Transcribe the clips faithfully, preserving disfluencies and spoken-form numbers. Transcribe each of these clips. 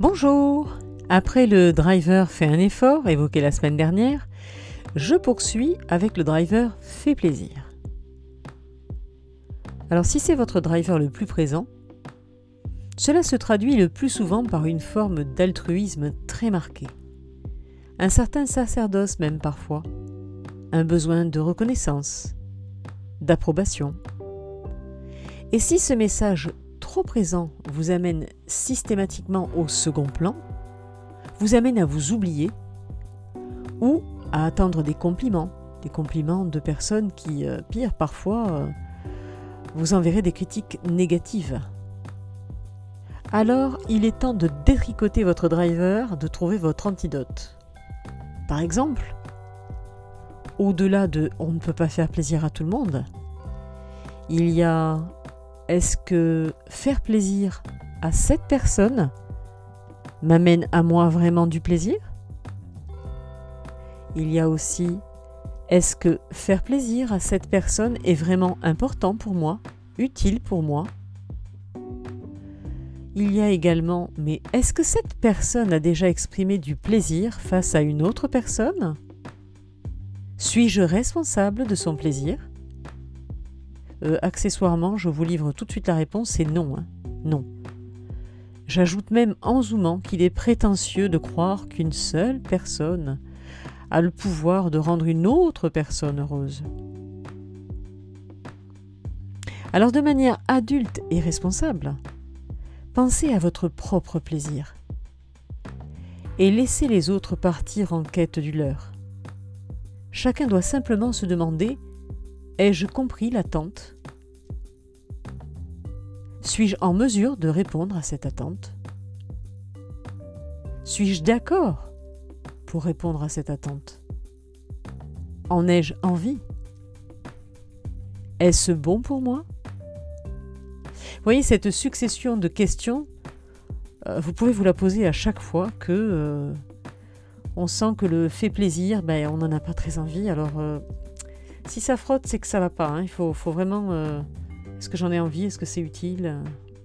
Bonjour! Après le driver fait un effort, évoqué la semaine dernière, je poursuis avec le driver fait plaisir. Alors si c'est votre driver le plus présent, cela se traduit le plus souvent par une forme d'altruisme très marquée. Un certain sacerdoce même parfois, un besoin de reconnaissance, d'approbation. Et si ce message trop présent vous amène systématiquement au second plan, vous amène à vous oublier ou à attendre des compliments, des compliments de personnes qui, euh, pire parfois, euh, vous enverraient des critiques négatives. Alors, il est temps de détricoter votre driver, de trouver votre antidote. Par exemple, au-delà de « on ne peut pas faire plaisir à tout le monde », il y a « est-ce que faire plaisir à cette personne m'amène à moi vraiment du plaisir ?» Il y a aussi « est-ce que faire plaisir à cette personne est vraiment important pour moi, utile pour moi ?» Il y a également « mais est-ce que cette personne a déjà exprimé du plaisir face à une autre personne ? Suis-je responsable de son plaisir ?» euh, Accessoirement, je vous livre tout de suite la réponse, c'est non. Hein. Non. J'ajoute même en zoomant qu'il est prétentieux de croire qu'une seule personne a le pouvoir de rendre une autre personne heureuse. Alors de manière adulte et responsable, pensez à votre propre plaisir et laissez les autres partir en quête du leur. Chacun doit simplement se demander « ai-je compris l'attente ? Suis-je en mesure de répondre à cette attente ? Suis-je d'accord pour répondre à cette attente ? En ai-je envie ? Est-ce bon pour moi ? » Vous voyez, cette succession de questions, euh, vous pouvez vous la poser à chaque fois que euh, on sent que le fait plaisir, ben, on n'en a pas très envie. Alors, euh, si ça frotte, c'est que ça va pas. Hein. Il faut, faut vraiment... Euh, est-ce que j'en ai envie ? Est-ce que c'est utile ?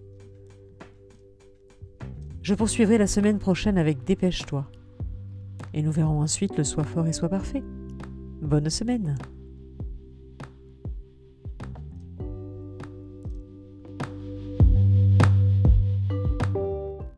Je poursuivrai la semaine prochaine avec Dépêche-toi. Et nous verrons ensuite le Sois fort et sois parfait. Bonne semaine.